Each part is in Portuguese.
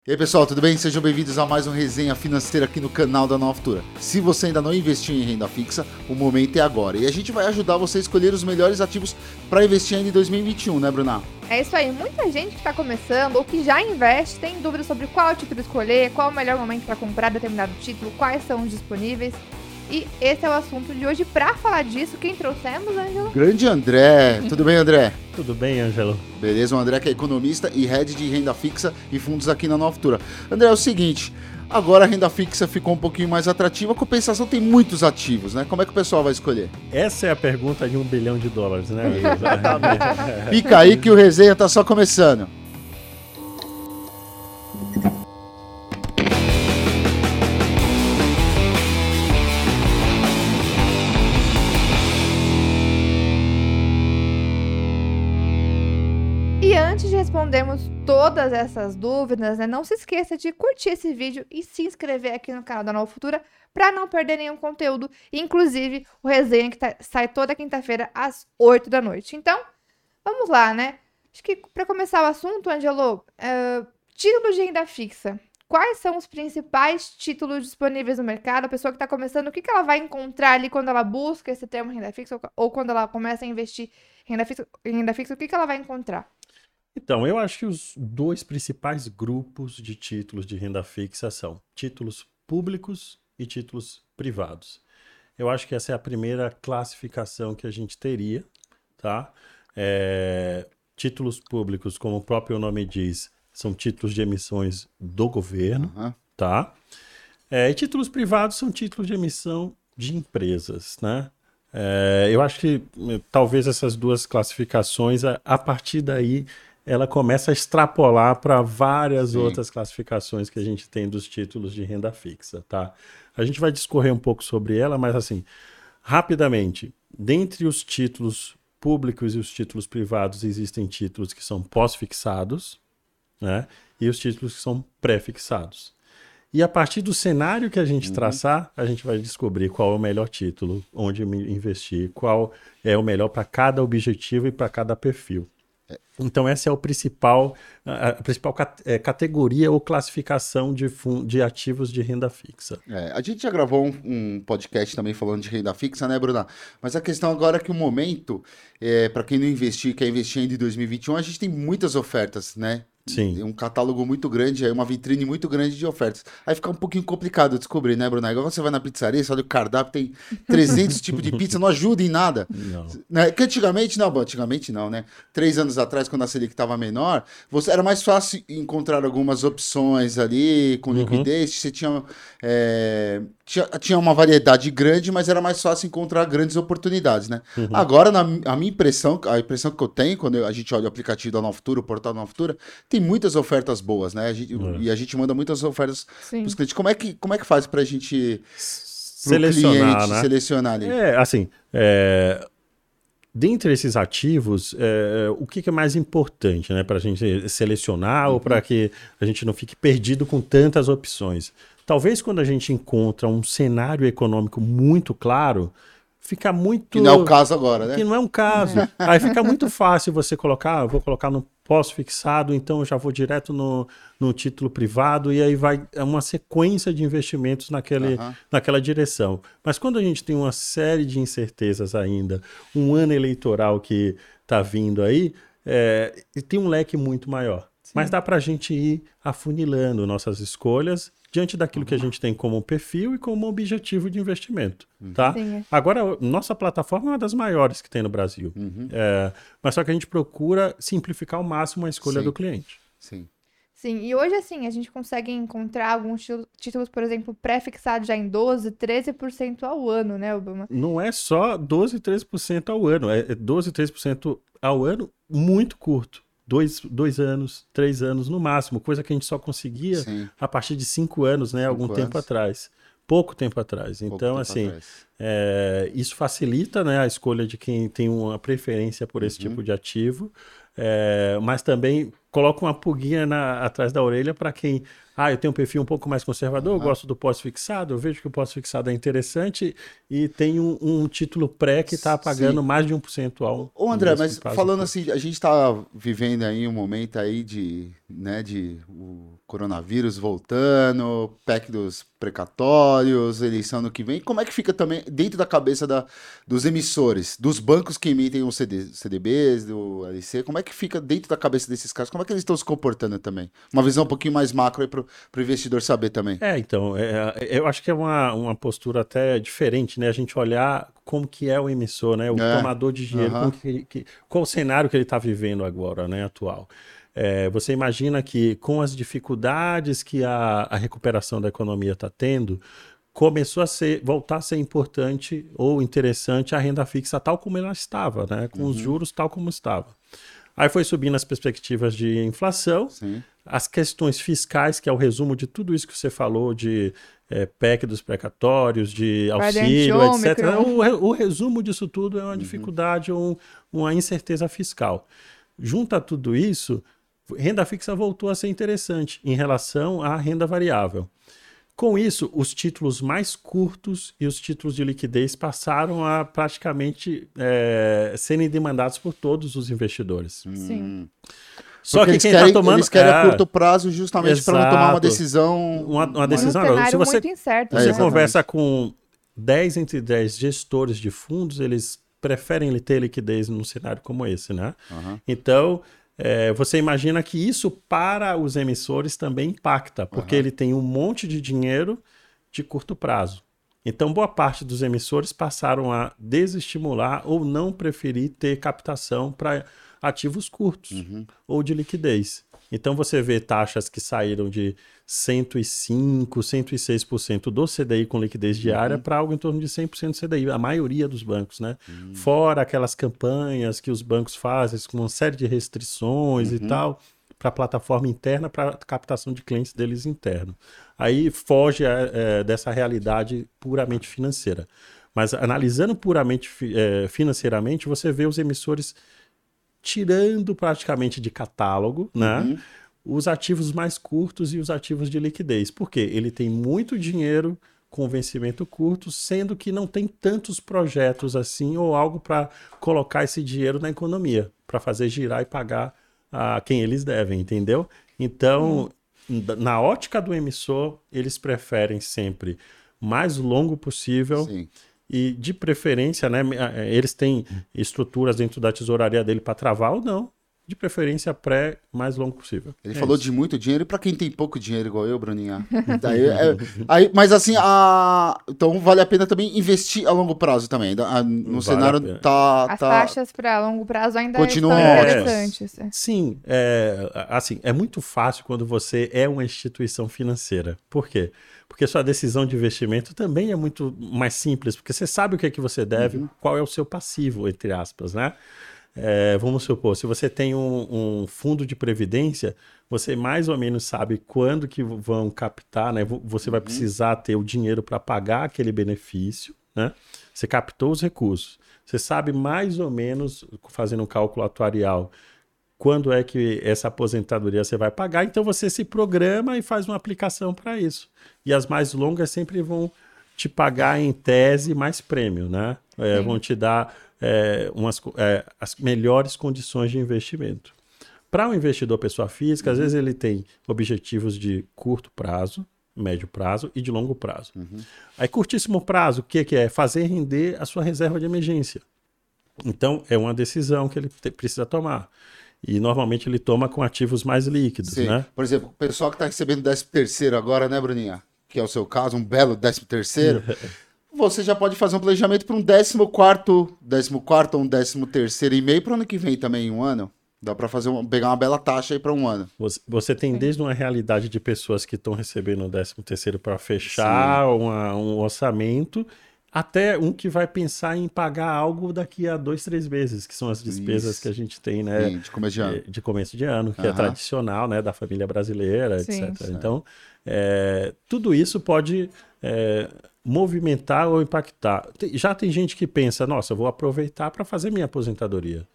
E aí pessoal, tudo bem? Sejam bem-vindos a mais um Resenha Financeira aqui no canal da Nova Futura. Se você ainda não investiu em renda fixa, o momento é agora. E a gente vai ajudar você a escolher os melhores ativos para investir ainda em 2021, né, Bruna? É isso aí, muita gente que está começando ou que já investe tem dúvidas sobre qual título escolher, qual o melhor momento para comprar determinado título, quais são os disponíveis. E esse é o assunto de hoje. Para falar disso, quem trouxemos, Ângelo? Grande André. Tudo bem, André? Tudo bem, Ângelo? Beleza, o André que é economista e head de renda fixa e fundos aqui na Nova Futura. André, é o seguinte, agora a renda fixa ficou um pouquinho mais atrativa, a compensação tem muitos ativos, né? Como é que o pessoal vai escolher? Essa é a pergunta de $1 bilhão, né? Exatamente. Fica aí que o Resenha tá só começando. E antes de respondermos todas essas dúvidas, né, não se esqueça de curtir esse vídeo e se inscrever aqui no canal da Nova Futura para não perder nenhum conteúdo, inclusive o resenha que sai toda quinta-feira às 8 da noite. Então, vamos lá, né? Acho que para começar o assunto, Angelo, títulos de renda fixa. Quais são os principais títulos disponíveis no mercado? A pessoa que está começando, o que ela vai encontrar ali quando ela busca esse termo renda fixa ou quando ela começa a investir em renda fixa, o que ela vai encontrar? Então, eu acho que os dois principais grupos de títulos de renda fixa são títulos públicos e títulos privados. Eu acho que essa é a primeira classificação que a gente teria, tá? Títulos públicos, como o próprio nome diz, são títulos de emissões do governo, tá? E títulos privados são títulos de emissão de empresas, né? Eu acho que talvez essas duas classificações, a partir daí, ela começa a extrapolar para várias outras classificações que a gente tem dos títulos de renda fixa, tá? A gente vai discorrer um pouco sobre ela, mas assim, rapidamente, dentre os títulos públicos e os títulos privados, existem títulos que são pós-fixados, né? E os títulos que são pré-fixados. E a partir do cenário que a gente traçar, a gente vai descobrir qual é o melhor título, onde investir, qual é o melhor para cada objetivo e para cada perfil. Então essa é a principal categoria ou classificação de ativos de renda fixa. A gente já gravou um podcast também falando de renda fixa, né, Bruna? Mas a questão agora é que o momento, para quem não investir, quer investir ainda em 2021, a gente tem muitas ofertas, né? Sim. Um catálogo muito grande, uma vitrine muito grande de ofertas. Aí fica um pouquinho complicado descobrir, né, Bruna? Igual você vai na pizzaria, você olha o cardápio, tem 300 tipos de pizza, não ajuda em nada. Não. Né? Que antigamente não, né? 3 anos atrás, quando a Selic estava menor, era mais fácil encontrar algumas opções ali com liquidez. Você tinha uma variedade grande, mas era mais fácil encontrar grandes oportunidades, né? Agora, a minha impressão, a impressão que eu tenho, quando a gente olha o aplicativo da Nova Futura, o portal da Nova Futura, tem muitas ofertas boas, né? E a gente manda muitas ofertas para os clientes. Como é que faz para a gente selecionar, né? Selecionar ali? Dentre esses ativos, o que é mais importante, né, para a gente selecionar ou para que a gente não fique perdido com tantas opções? Talvez quando a gente encontra um cenário econômico muito claro, fica muito... Que não é o caso agora, né? Que não é um caso. Aí fica muito fácil você colocar, vou colocar no pós-fixado, então eu já vou direto no título privado e aí vai uma sequência de investimentos naquela direção. Mas quando a gente tem uma série de incertezas ainda, um ano eleitoral que está vindo aí, tem um leque muito maior. Sim. Mas dá para a gente ir afunilando nossas escolhas diante daquilo que a gente tem como perfil e como objetivo de investimento, tá? Sim. Agora, nossa plataforma é uma das maiores que tem no Brasil, mas só que a gente procura simplificar ao máximo a escolha do cliente. Sim. Sim, e hoje, assim, a gente consegue encontrar alguns títulos, por exemplo, pré-fixados já em 12%, 13% ao ano, né, Obama? Não é só 12%, 13% ao ano, é 12%, 13% ao ano muito curto. 2 anos, 3 anos no máximo, coisa que a gente só conseguia a partir de 5 anos, né? Tempo atrás. Pouco tempo atrás. Então, isso facilita, né, a escolha de quem tem uma preferência por esse tipo de ativo, mas também coloca uma pulguinha atrás da orelha para quem... eu tenho um perfil um pouco mais conservador, eu gosto do pós-fixado, eu vejo que o pós-fixado é interessante e tem um título pré que está pagando mais de 1% ao... Ô André, mas falando assim, a gente está vivendo aí um momento aí de o coronavírus voltando, PEC dos precatórios, eleição no que vem. Como é que fica também dentro da cabeça dos emissores, dos bancos que emitem os CDBs, do LC, como é que fica dentro da cabeça desses caras? Como é que eles estão se comportando também? Uma visão um pouquinho mais macro aí para o investidor saber também. Então, eu acho que é uma postura até diferente, né? A gente olhar como que é o emissor, né? O tomador de dinheiro, qual o cenário que ele está vivendo agora, né? Atual. Você imagina que com as dificuldades que a recuperação da economia está tendo, começou a voltar a ser importante ou interessante a renda fixa tal como ela estava, né? Com os juros tal como estava. Aí foi subindo as perspectivas de inflação, as questões fiscais, que é o resumo de tudo isso que você falou, de PEC dos precatórios, de auxílio, etc. O resumo disso tudo é uma dificuldade ou uma incerteza fiscal. Junto a tudo isso, renda fixa voltou a ser interessante em relação à renda variável. Com isso, os títulos mais curtos e os títulos de liquidez passaram a praticamente serem demandados por todos os investidores. Sim. Só que quem está tomando... Eles querem a curto prazo justamente para não tomar uma decisão... Uma decisão... Se você, muito incerto, você conversa com 10 entre 10 gestores de fundos, eles preferem ter liquidez num cenário como esse, né? Então... você imagina que isso para os emissores também impacta, porque ele tem um monte de dinheiro de curto prazo. Então, boa parte dos emissores passaram a desestimular ou não preferir ter captação para ativos curtos ou de liquidez. Então, você vê taxas que saíram de 105%, 106% do CDI com liquidez diária para algo em torno de 100% do CDI, a maioria dos bancos, né? Fora aquelas campanhas que os bancos fazem com uma série de restrições e tal, para a plataforma interna, para a captação de clientes deles interno. Aí foge dessa realidade puramente financeira. Mas analisando puramente financeiramente, você vê os emissores tirando praticamente de catálogo, né? Os ativos mais curtos e os ativos de liquidez. Por quê? Ele tem muito dinheiro com vencimento curto, sendo que não tem tantos projetos assim ou algo para colocar esse dinheiro na economia, para fazer girar e pagar a quem eles devem, entendeu? Então, na ótica do emissor, eles preferem sempre mais longo possível. Sim. E, de preferência, né, eles têm estruturas dentro da tesouraria dele para travar ou não. De preferência, mais longo possível. Ele falou de muito dinheiro, e para quem tem pouco dinheiro igual eu, Bruninha. Mas assim, então vale a pena também investir a longo prazo também. No cenário As taxas para longo prazo ainda continuam estão interessantes. Sim, assim, é muito fácil quando você é uma instituição financeira. Por quê? Porque sua decisão de investimento também é muito mais simples, porque você sabe o que é que você deve, qual é o seu passivo, entre aspas, né? Vamos supor, se você tem um fundo de previdência, você mais ou menos sabe quando que vão captar, né? Você vai precisar ter o dinheiro para pagar aquele benefício, né? Você captou os recursos. Você sabe mais ou menos, fazendo um cálculo atuarial, quando é que essa aposentadoria você vai pagar. Então você se programa e faz uma aplicação para isso. E as mais longas sempre vão te pagar em tese mais prêmio, né? Vão te dar as melhores condições de investimento. Para um investidor pessoa física, às vezes ele tem objetivos de curto prazo, médio prazo e de longo prazo. Aí, curtíssimo prazo, o que é? Fazer render a sua reserva de emergência. Então, é uma decisão que ele precisa tomar. E, normalmente, ele toma com ativos mais líquidos, né? Por exemplo, o pessoal que está recebendo 13º agora, né, Bruninha? Que é o seu caso, um belo 13º. Você já pode fazer um planejamento para um 14º ou um 13º e meio para o ano que vem também, em um ano. Dá para pegar uma bela taxa aí para um ano. Você tem desde uma realidade de pessoas que estão recebendo o 13º para fechar um orçamento, até um que vai pensar em pagar algo daqui a 2, 3 meses, que são as despesas que a gente tem, né? Sim, de começo de ano. De começo de ano, que é tradicional, né? Da família brasileira, etc. Então, tudo isso pode movimentar ou impactar. Já tem gente que pensa, nossa, eu vou aproveitar para fazer minha aposentadoria.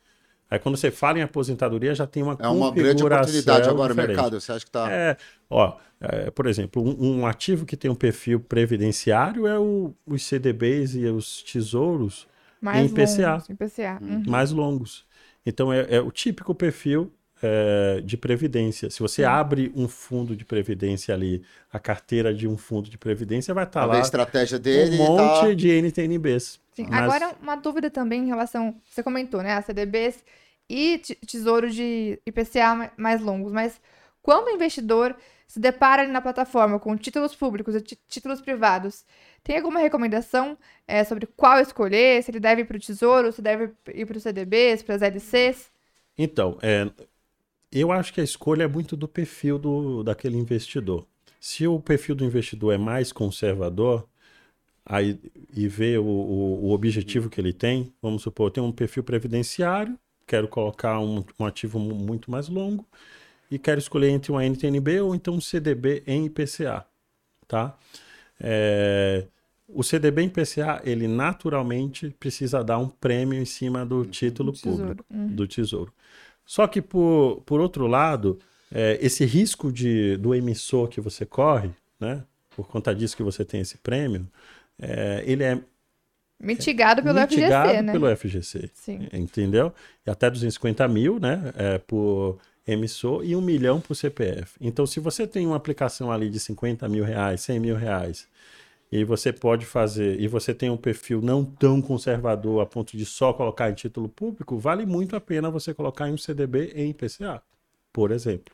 Aí quando você fala em aposentadoria, já tem uma É uma grande oportunidade agora no diferente. mercado. Você acha que tá... Por exemplo, um ativo que tem um perfil previdenciário é os CDBs e os tesouros Mais em IPCA, longos, IPCA. mais longos. Então, é o típico perfil de previdência. Se você abre um fundo de previdência ali, a carteira de um fundo de previdência vai estar Pra ver lá a estratégia dele, um monte tá... de NTNBs. Sim. Mas- Agora, uma dúvida também em relação... Você comentou, né? A CDBs e tesouro de IPCA mais longos. Mas quando o investidor se depara ali na plataforma com títulos públicos e títulos privados, tem alguma recomendação sobre qual escolher? Se ele deve ir para o tesouro, se deve ir para os CDBs, para as LCs? Então, eu acho que a escolha é muito do perfil daquele investidor. Se o perfil do investidor é mais conservador, aí, e vê o objetivo que ele tem, vamos supor, eu tenho um perfil previdenciário, quero colocar um ativo muito mais longo e quero escolher entre uma NTNB ou então um CDB em IPCA, tá? O CDB em IPCA, ele naturalmente precisa dar um prêmio em cima do título público, do tesouro. Só que, por outro lado, esse risco do emissor que você corre, né, por conta disso que você tem esse prêmio, ele é Mitigado pelo FGC, né? pelo FGC, Sim. entendeu? E até 250 mil, né, por emissor e 1 milhão por CPF. Então, se você tem uma aplicação ali de 50 mil reais, 100 mil reais, e você pode fazer, e você tem um perfil não tão conservador a ponto de só colocar em título público, vale muito a pena você colocar em um CDB em IPCA, por exemplo.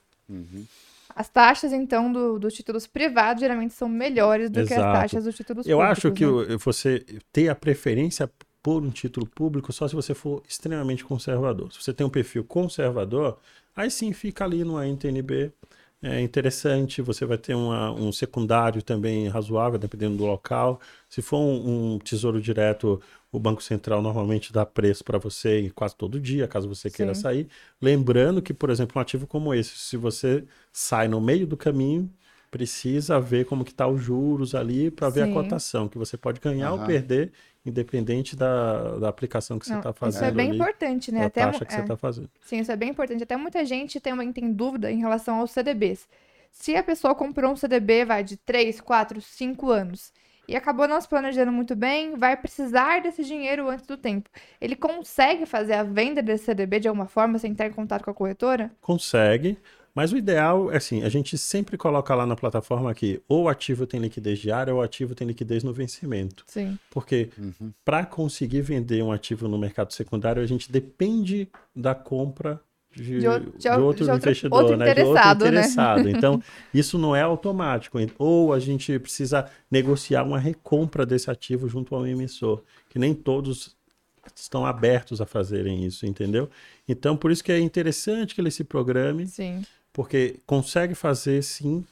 As taxas, então, dos títulos privados geralmente são melhores do que as Exato. taxas dos títulos Eu públicos. acho que né? você ter a preferência por um título público só se você for extremamente conservador. Se você tem um perfil conservador, aí sim fica ali no NTNB. É interessante, você vai ter um secundário também razoável, dependendo do local. Se for um tesouro direto, o Banco Central normalmente dá preço para você quase todo dia, caso você queira Sim. sair. Lembrando que, por exemplo, um ativo como esse, se você sai no meio do caminho, precisa ver como que está os juros ali para ver a Sim. cotação, que você pode ganhar ou perder, independente da aplicação que você Não, está fazendo. isso é bem ali, importante, né? da Até, taxa que você está fazendo. Sim, isso é bem importante. Até muita gente tem dúvida em relação aos CDBs. Se a pessoa comprou um CDB, vai de 3, 4, 5 anos e acabou não se planejando muito bem, vai precisar desse dinheiro antes do tempo. Ele consegue fazer a venda desse CDB de alguma forma sem entrar em contato com a corretora? Consegue, mas o ideal é assim, a gente sempre coloca lá na plataforma que ou o ativo tem liquidez diária ou o ativo tem liquidez no vencimento. Sim. Porque para conseguir vender um ativo no mercado secundário, a gente depende da compra de outro investidor, outro né? De outro interessado, né? interessado. Então, isso não é automático. Ou a gente precisa negociar uma recompra desse ativo junto ao emissor, que nem todos estão abertos a fazerem isso, entendeu? Então, por isso que é interessante que ele se programe, Sim. porque consegue fazer, sim,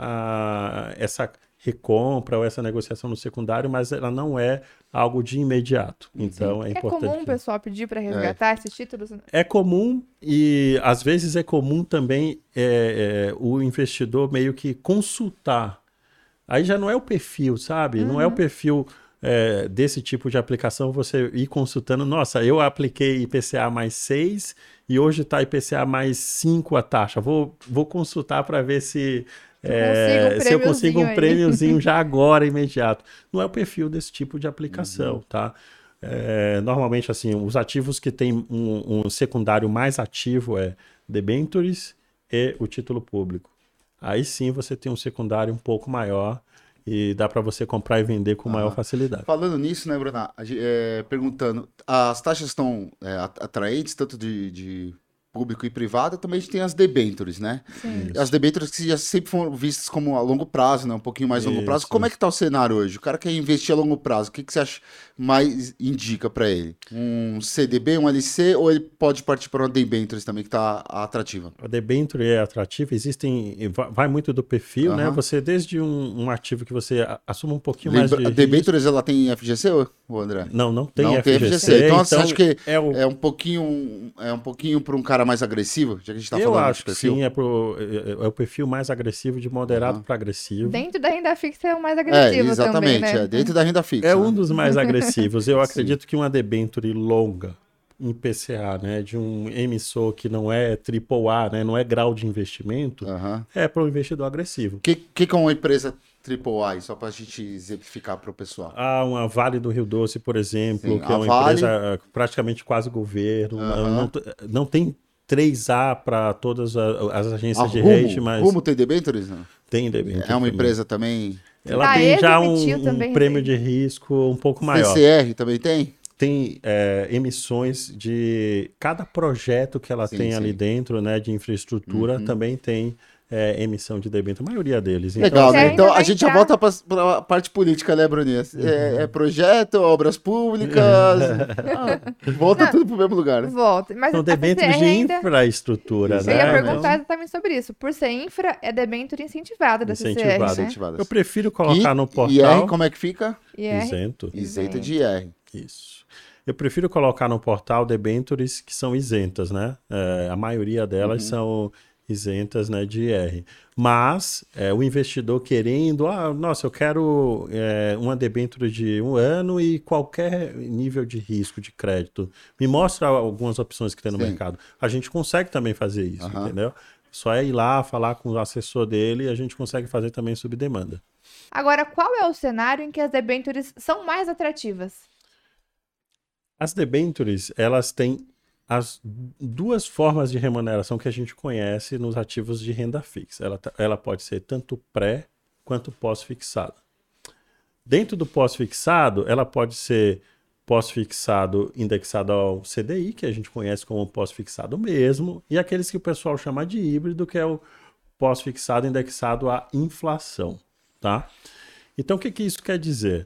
essa recompra ou essa negociação no secundário, mas ela não é algo de imediato. Então, é importante. É comum o pessoal pedir para resgatar esses títulos? É comum e, às vezes, é comum também o investidor meio que consultar. Aí já não é o perfil, sabe? Não é o perfil desse tipo de aplicação você ir consultando. Nossa, eu apliquei IPCA mais 6 e hoje está IPCA mais 5 a taxa. Vou consultar para ver se eu consigo um prêmiozinho já agora, imediato. Não é o perfil desse tipo de aplicação, tá? Normalmente, assim, os ativos que têm um secundário mais ativo é debentures e o título público. Aí sim você tem um secundário um pouco maior e dá para você comprar e vender com maior facilidade. Falando nisso, né, Bruna? Perguntando, as taxas estão atraentes, tanto de público e privado, também a gente tem as debentures, né? Sim. As debentures que já sempre foram vistas como a longo prazo, né? Um pouquinho mais longo prazo. Como é que tá o cenário hoje? O cara quer investir a longo prazo, o que você acha mais indica para ele? Um CDB, um LC, ou ele pode partir para uma debentures também, que tá atrativa? A debenture é atrativa, vai muito do perfil, né? Você, desde um ativo que você assuma um pouquinho mais de A debentures, ela tem FGC, ou André? Não tem não FGC. Tem FGC. Então, você acha que é um pouquinho para um cara mais agressivo, já que a gente tá falando Eu acho que sim, é o perfil mais agressivo, de moderado para agressivo. Dentro da renda fixa é o mais agressivo exatamente, também, né? Dentro da renda fixa. É um dos mais agressivos. Eu acredito que uma debenture longa, em PCA, né, de um emissor que não é AAA, né, não é grau de investimento, é para um investidor agressivo. O que é uma empresa AAA, só para a gente exemplificar para o pessoal? Uma Vale do Rio Doce, por exemplo, Sim, que é uma empresa praticamente quase governo, não tem 3A para todas as agências de rating, mas... Rumo tem debêntures? Tem debêntures. É uma empresa também... Ela tem já um prêmio de risco um pouco maior. CCR também tem? Tem emissões de... Cada projeto que ela tem ali dentro, né, de infraestrutura, também tem emissão de debênture, a maioria deles. Legal, né? Então a gente já volta para a parte política, né, Bruninha? É projeto, obras públicas... volta tudo para o mesmo lugar, né? Volta. Mas são debêntures de infraestrutura, né? Eu ia perguntar exatamente sobre isso. Por ser infra, é debênture incentivada da CCR, né? Eu prefiro colocar no portal... IR, como é que fica? Isento. Isenta de IR. Isso. Eu prefiro colocar no portal debêntures que são isentas, né? A maioria delas são isentas, né, de IR. Mas o investidor querendo, nossa, eu quero uma debênture de 1 ano e qualquer nível de risco de crédito. Me mostra algumas opções que tem no mercado. A gente consegue também fazer isso, entendeu? Só é ir lá, falar com o assessor dele e a gente consegue fazer também sob demanda. Agora, qual é o cenário em que as debêntures são mais atrativas? As debêntures, elas têm as 2 formas de remuneração que a gente conhece nos ativos de renda fixa. Ela pode ser tanto pré quanto pós-fixada. Dentro do pós-fixado, ela pode ser pós-fixado indexado ao CDI, que a gente conhece como pós-fixado mesmo, e aqueles que o pessoal chama de híbrido, que é o pós-fixado indexado à inflação. Tá? Então, o que isso quer dizer?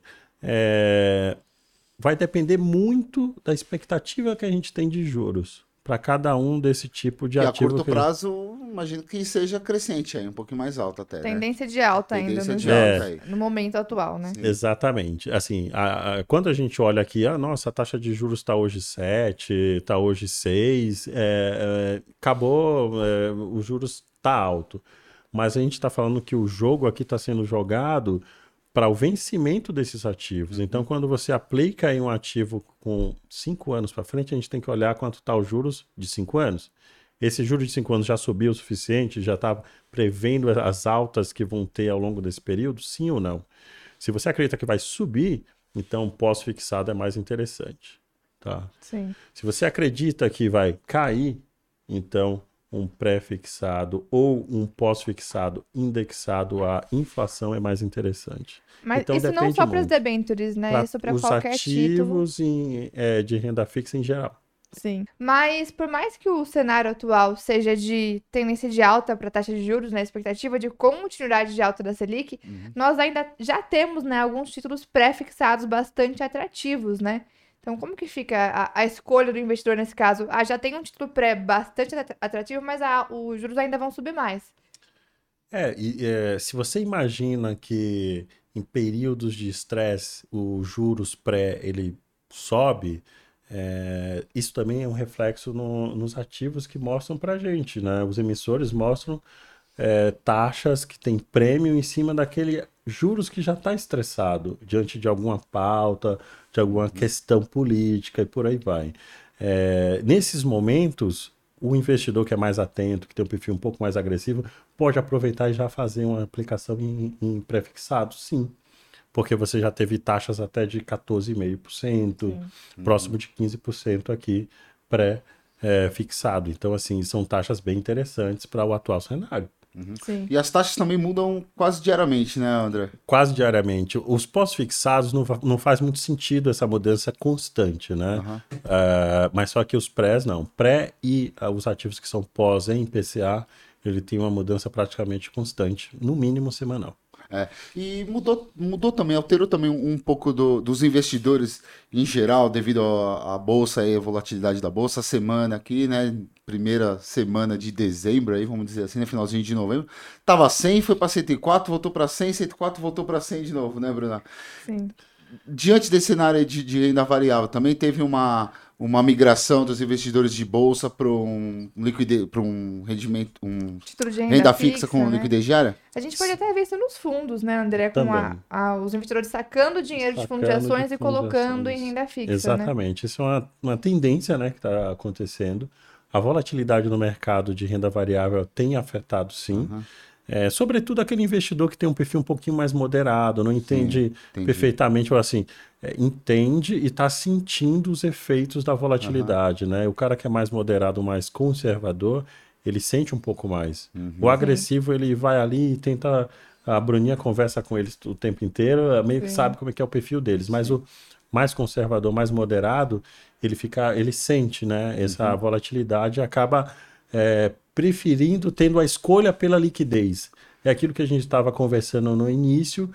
Vai depender muito da expectativa que a gente tem de juros para cada um desse tipo de ativo. E a curto prazo, imagino que seja crescente aí, um pouquinho mais alta até. Tendência de alta ainda no momento atual, né? Sim. Exatamente. Assim, quando a gente olha aqui, nossa, a taxa de juros está hoje 7, está hoje 6, acabou, os juros está alto. Mas a gente está falando que o jogo aqui está sendo jogado para o vencimento desses ativos. Então, quando você aplica em um ativo com 5 anos para frente, a gente tem que olhar quanto está os juros de 5 anos. Esse juros de 5 anos já subiu o suficiente? Já está prevendo as altas que vão ter ao longo desse período? Sim ou não? Se você acredita que vai subir, então pós-fixado é mais interessante. Tá? Sim. Se você acredita que vai cair, então um pré-fixado ou um pós-fixado indexado à inflação é mais interessante. Mas então, isso não só para os debêntures, né? Isso para qualquer título. Os ativos de renda fixa em geral. Sim. Mas por mais que o cenário atual seja de tendência de alta para a taxa de juros, né, expectativa de continuidade de alta da Selic, nós ainda já temos, né, alguns títulos pré-fixados bastante atrativos, né? Então, como que fica a escolha do investidor nesse caso? Já tem um título pré bastante atrativo, mas os juros ainda vão subir mais. Se você imagina que em períodos de estresse o juros pré ele sobe, isso também é um reflexo nos ativos que mostram para a gente, né? Os emissores mostram taxas que tem prêmio em cima daquele juros que já está estressado diante de alguma pauta, de alguma questão política e por aí vai. Nesses momentos, o investidor que é mais atento, que tem um perfil um pouco mais agressivo, pode aproveitar e já fazer uma aplicação em pré-fixado, sim. Porque você já teve taxas até de 14,5%, próximo de 15% aqui pré-fixado. Então, assim, são taxas bem interessantes para o atual cenário. Sim. E as taxas também mudam quase diariamente, né, André? Quase diariamente. Os pós-fixados não faz muito sentido essa mudança constante, né? Mas só que os prés não. Pré e os ativos que são pós em PCA, ele tem uma mudança praticamente constante, no mínimo semanal. E mudou também, alterou também um pouco dos investidores em geral, devido à bolsa e a volatilidade da bolsa. A semana aqui, né, primeira semana de dezembro, aí, vamos dizer assim, no finalzinho de novembro, tava 100, foi para 104, voltou para 100, 104, voltou para 100 de novo, né, Bruna? Sim. diante desse cenário aí de renda variável, também teve uma migração dos investidores de bolsa para para um rendimento, Título de renda fixa com né? liquidez diária? A gente pode até ver isso nos fundos, né, André? Com os investidores sacando dinheiro de fundo de Sacando ações de e fundo de colocando em ações. renda fixa, Exatamente. Isso é uma tendência, né, que está acontecendo. A volatilidade no mercado de renda variável tem afetado, sim. Sobretudo aquele investidor que tem um perfil um pouquinho mais moderado, não entende perfeitamente, ou assim, entende e está sentindo os efeitos da volatilidade, né? O cara que é mais moderado, mais conservador, ele sente um pouco mais. O agressivo, ele vai ali e tenta... A Bruninha conversa com eles o tempo inteiro, meio que sabe como é que é o perfil deles, mas o mais conservador, mais moderado, ele sente, né, essa volatilidade e acaba preferindo, tendo a escolha pela liquidez. É aquilo que a gente estava conversando no início,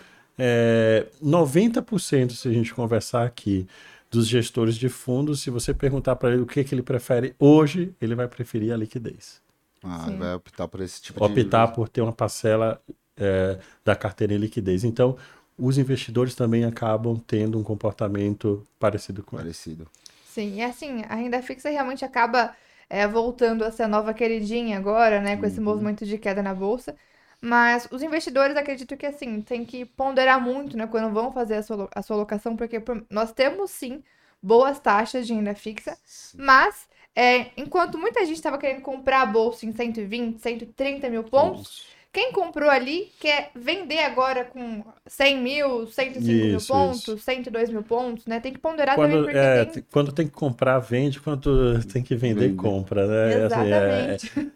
90%, se a gente conversar aqui, dos gestores de fundos, se você perguntar para ele o que ele prefere hoje, ele vai preferir a liquidez. Ele vai optar por esse tipo de... Optar por ter uma parcela da carteira em liquidez. Então, os investidores também acabam tendo um comportamento parecido com parecido. Sim, e assim, a renda fixa realmente acaba voltando a ser a nova queridinha agora, né, com esse movimento de queda na bolsa. Mas os investidores, acredito que, assim, tem que ponderar muito, né, quando vão fazer a sua alocação, porque nós temos, sim, boas taxas de renda fixa, mas enquanto muita gente estava querendo comprar a bolsa em 120, 130 mil pontos, quem comprou ali quer vender agora com 100 mil, 105 mil pontos, 102 mil pontos, né? Tem que ponderar também, porque quando tem que comprar, vende, quando tem que vender, compra, né? Exatamente.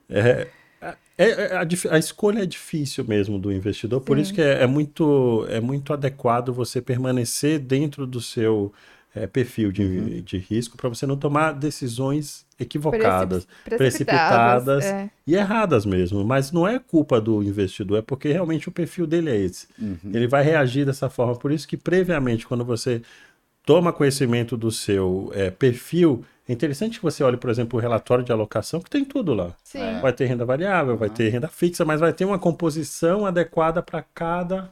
A escolha é difícil mesmo do investidor, por isso que é muito adequado você permanecer dentro do seu perfil de risco para você não tomar decisões equivocadas, precipitadas e erradas mesmo. Mas não é culpa do investidor, é porque realmente o perfil dele é esse. Ele vai reagir dessa forma. Por isso que previamente, quando você toma conhecimento do seu perfil, é interessante que você olhe, por exemplo, o relatório de alocação, que tem tudo lá. Sim. Vai ter renda variável, vai ter renda fixa, mas vai ter uma composição adequada para cada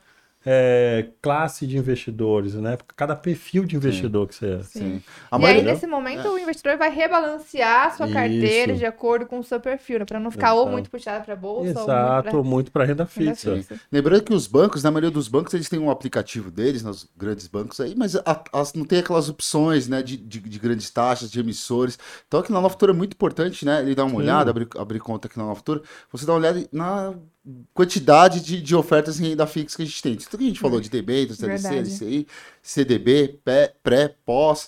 classe de investidores, né? Cada perfil de investidor que você é. Sim. E aí, nesse momento, o investidor vai rebalancear a sua carteira de acordo com o seu perfil, né? Para não ficar ou muito puxado para a bolsa, ou muito para renda fixa. Lembrando que os bancos, na maioria dos bancos, eles têm um aplicativo deles, nos grandes bancos aí, mas não tem aquelas opções, né, de grandes taxas, de emissores. Então, aqui na Nova Futura é muito importante, né? Ele dá uma olhada, abrir conta aqui na Nova Futura, você dá uma olhada na quantidade de ofertas em renda fixa que a gente tem. Tudo que a gente falou de debêntures, TLC, LCI, CDB, pré, pós.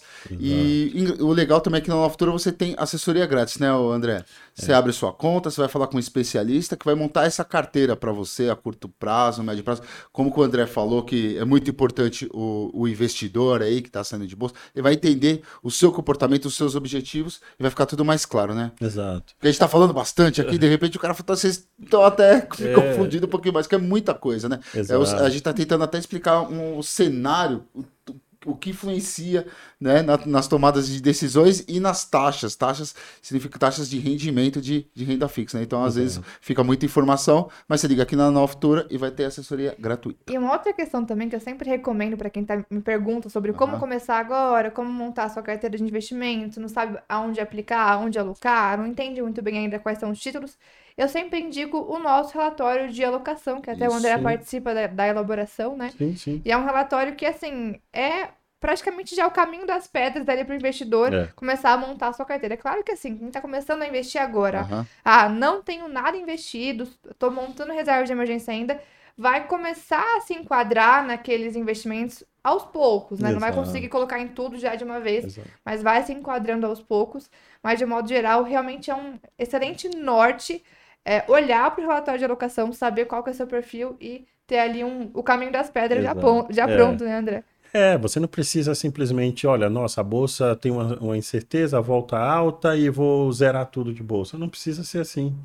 E o legal também é que na Nova Futura você tem assessoria grátis, né, André? Você abre sua conta, você vai falar com um especialista que vai montar essa carteira para você a curto prazo, médio prazo. Como o André falou, que é muito importante o investidor aí que está saindo de bolsa, ele vai entender o seu comportamento, os seus objetivos e vai ficar tudo mais claro, né? Exato. Porque a gente está falando bastante aqui, de repente o cara fala, vocês estão até confundindo um pouquinho mais, que é muita coisa, né? A gente está tentando até explicar um cenário, o que influencia, né, nas tomadas de decisões e nas taxas. Taxas significa taxas de rendimento de renda fixa, né? Então, às vezes, fica muita informação, mas você liga aqui na Nova Futura e vai ter assessoria gratuita. E uma outra questão também que eu sempre recomendo para quem me pergunta sobre como começar agora, como montar a sua carteira de investimento, não sabe aonde aplicar, aonde alocar, não entende muito bem ainda quais são os títulos, eu sempre indico o nosso relatório de alocação, que até o André participa da elaboração, né? Sim. E é um relatório que, assim, é praticamente já o caminho das pedras dali para o investidor começar a montar a sua carteira. É claro que, assim, quem está começando a investir agora, não tenho nada investido, estou montando reserva de emergência ainda, vai começar a se enquadrar naqueles investimentos aos poucos, né? Não vai conseguir colocar em tudo já de uma vez, mas vai se enquadrando aos poucos. Mas, de modo geral, realmente é um excelente norte olhar para o relatório de alocação, saber qual que é o seu perfil e ter ali o caminho das pedras já pronto, né, André? Você não precisa simplesmente, olha, nossa, a bolsa tem uma incerteza, a volta alta e vou zerar tudo de bolsa. Não precisa ser assim.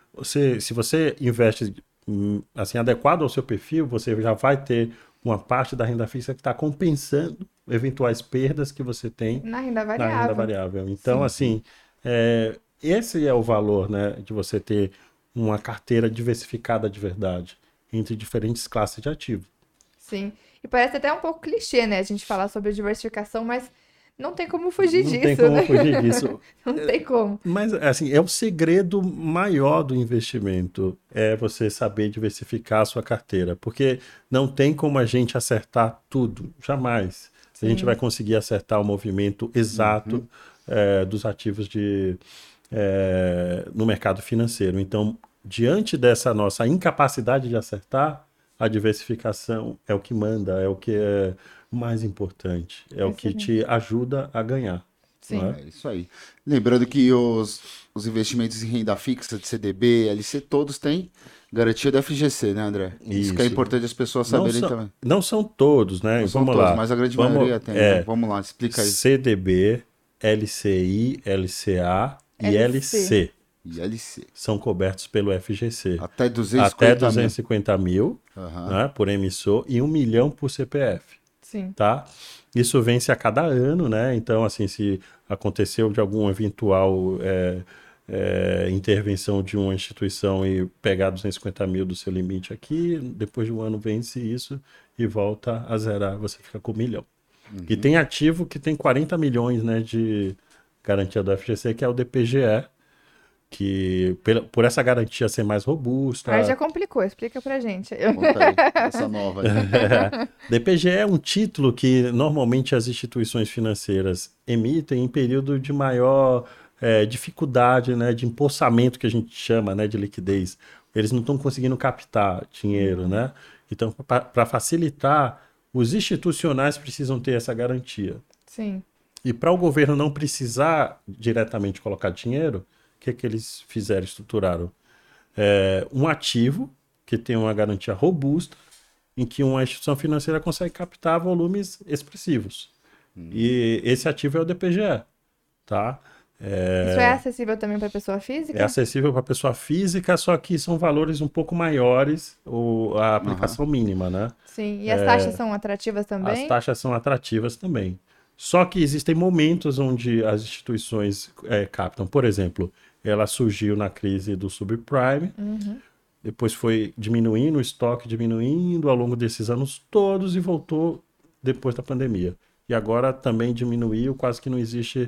Se você investe assim, adequado ao seu perfil, você já vai ter uma parte da renda fixa que está compensando eventuais perdas que você tem na renda variável. Então, assim, esse é o valor, né, de você ter uma carteira diversificada de verdade entre diferentes classes de ativo. Sim. E parece até um pouco clichê, né? A gente falar sobre diversificação, mas não tem como fugir disso, Não tem como né? fugir disso. Não tem como. Mas, assim, é o segredo maior do investimento, é você saber diversificar a sua carteira, porque não tem como a gente acertar tudo, jamais. A gente vai conseguir acertar o movimento exato dos ativos no mercado financeiro. Então, diante dessa nossa incapacidade de acertar, a diversificação é o que manda, é o que é mais importante, é o que te ajuda a ganhar. Sim. Não é? É isso aí. Lembrando que os investimentos em renda fixa, de CDB, LC, todos têm garantia da FGC, né, André? Isso que é Isso. importante as pessoas Não saberem são, também. não são todos, né? Não são Vamos todos, lá. mas a grande Vamos- maioria tem. é, Né? Vamos lá, explica aí. CDB, LCI, LCA e LC. LC E LC. são cobertos pelo FGC. Até 250 Até mil. 250 mil, Aham. né, por emissor e 1 milhão por CPF. Sim. Tá? Isso vence a cada ano, né? Então, assim, se aconteceu de algum eventual intervenção de uma instituição e pegar 250 mil do seu limite aqui, depois de um ano vence isso e volta a zerar, você fica com 1 milhão. E tem ativo que tem 40 milhões, né, de garantia do FGC, que é o DPGE, que por essa garantia ser mais robusta... Aí já complicou, explica pra gente. Conta aí, essa nova aí. DPGE é um título que normalmente as instituições financeiras emitem em período de maior dificuldade, né, de empossamento, que a gente chama, né, de liquidez. Eles não estão conseguindo captar dinheiro, né? Então, para facilitar, os institucionais precisam ter essa garantia. Sim. E para o governo não precisar diretamente colocar dinheiro, o que eles fizeram? Estruturaram um ativo que tem uma garantia robusta, em que uma instituição financeira consegue captar volumes expressivos. E esse ativo é o DPGE, tá? Isso é acessível também para pessoa física? É acessível para pessoa física, só que são valores um pouco maiores, a aplicação mínima, né? Sim, e as taxas são atrativas também? As taxas são atrativas também. Só que existem momentos onde as instituições captam. Por exemplo, ela surgiu na crise do subprime, depois foi diminuindo o estoque, diminuindo ao longo desses anos todos e voltou depois da pandemia. E agora também diminuiu, quase que não existe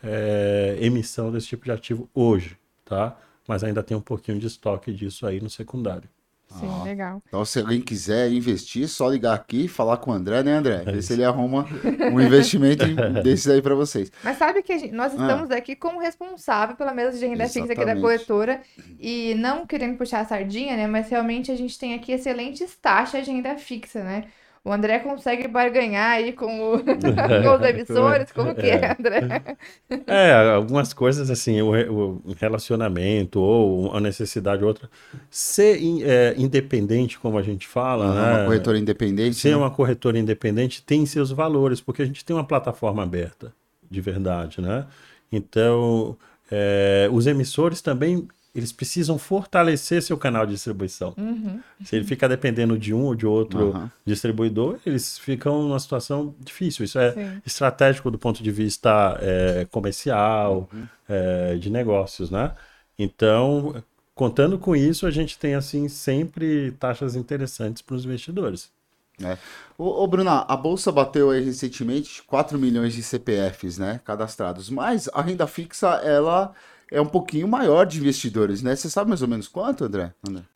emissão desse tipo de ativo hoje, tá? Mas ainda tem um pouquinho de estoque disso aí no secundário. Sim, legal. Então, se alguém quiser investir, só ligar aqui e falar com o André, né, André? Ver se ele arruma um investimento desses aí para vocês. Mas sabe que nós estamos aqui como responsável pela mesa de renda fixa aqui da Exatamente. corretora e não querendo puxar a sardinha, né? Mas realmente a gente tem aqui excelentes taxas de renda fixa, né? O André consegue barganhar aí com os emissores, como que é, André? Algumas coisas assim, o relacionamento ou a necessidade outra, ser independente, como a gente fala, né? Uma corretora independente. Ser né? uma corretora independente tem seus valores, porque a gente tem uma plataforma aberta, de verdade, né? Então, os emissores também, eles precisam fortalecer seu canal de distribuição. Se ele fica dependendo de um ou de outro distribuidor, eles ficam numa situação difícil. Isso é Sim. estratégico do ponto de vista comercial, de negócios, né? Então, contando com isso, a gente tem, assim, sempre taxas interessantes para os investidores. Ô, Bruna, a Bolsa bateu aí recentemente 4 milhões de CPFs, né, cadastrados, mas a renda fixa, ela é um pouquinho maior de investidores, né? Você sabe mais ou menos quanto, André?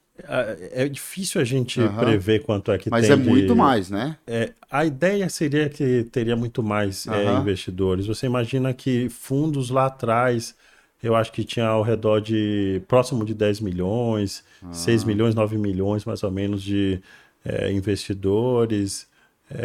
É difícil a gente prever quanto é que Mas tem é muito mais, né? A ideia seria que teria muito mais investidores. Você imagina que fundos lá atrás, eu acho que tinha ao redor de próximo de 10 milhões, 6 milhões, 9 milhões mais ou menos de investidores.